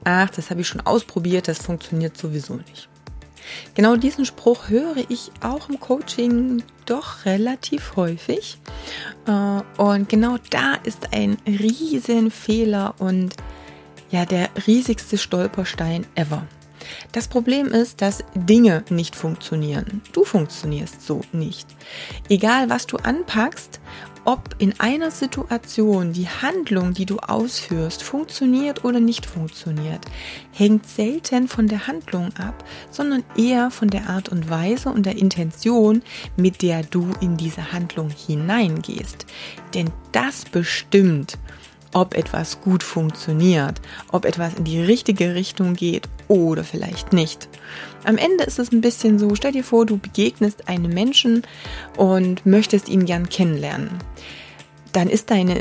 ach, das habe ich schon ausprobiert, das funktioniert sowieso nicht. Genau diesen Spruch höre ich auch im Coaching doch relativ häufig. Und genau da ist ein Riesenfehler und ja, der riesigste Stolperstein ever. Das Problem ist, dass Dinge nicht funktionieren. Du funktionierst so nicht. Egal, was du anpackst, ob in einer Situation die Handlung, die du ausführst, funktioniert oder nicht funktioniert, hängt selten von der Handlung ab, sondern eher von der Art und Weise und der Intention, mit der du in diese Handlung hineingehst. Denn das bestimmt, ob etwas gut funktioniert, ob etwas in die richtige Richtung geht oder vielleicht nicht. Am Ende ist es ein bisschen so, stell dir vor, du begegnest einem Menschen und möchtest ihn gern kennenlernen. Dann ist dein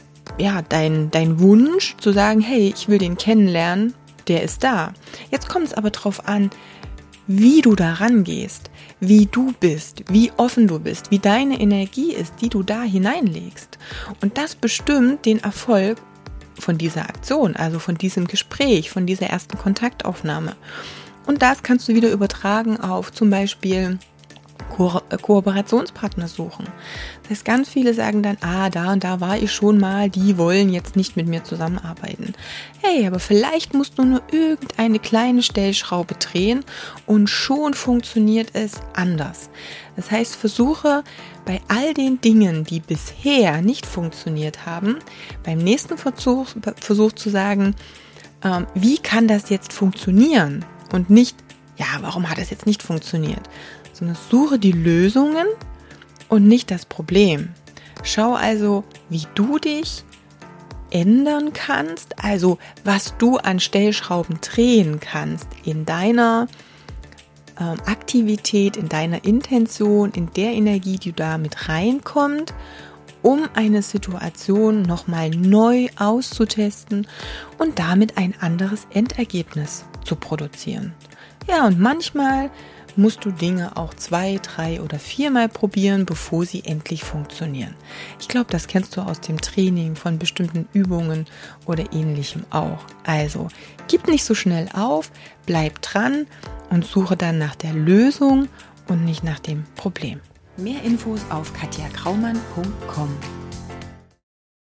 Wunsch zu sagen, hey, ich will den kennenlernen, der ist da. Jetzt kommt es aber drauf an, wie du da rangehst, wie du bist, wie offen du bist, wie deine Energie ist, die du da hineinlegst. Und das bestimmt den Erfolg von dieser Aktion, also von diesem Gespräch, von dieser ersten Kontaktaufnahme. Und das kannst du wieder übertragen auf zum Beispiel Kooperationspartner suchen. Das heißt, ganz viele sagen dann, da und da war ich schon mal, die wollen jetzt nicht mit mir zusammenarbeiten. Hey, aber vielleicht musst du nur irgendeine kleine Stellschraube drehen und schon funktioniert es anders. Das heißt, versuche bei all den Dingen, die bisher nicht funktioniert haben, beim nächsten Versuch zu sagen, wie kann das jetzt funktionieren? Und nicht, ja, warum hat es jetzt nicht funktioniert? Sondern suche die Lösungen und nicht das Problem. Schau also, wie du dich ändern kannst, also was du an Stellschrauben drehen kannst in deiner Aktivität, in deiner Intention, in der Energie, die da mit reinkommt, um eine Situation nochmal neu auszutesten und damit ein anderes Endergebnis zu produzieren. Ja, und manchmal musst du Dinge auch 2, 3 oder 4 Mal probieren, bevor sie endlich funktionieren. Ich glaube, das kennst du aus dem Training von bestimmten Übungen oder ähnlichem auch. Also, gib nicht so schnell auf, bleib dran und suche dann nach der Lösung und nicht nach dem Problem. Mehr Infos auf katjakraumann.com.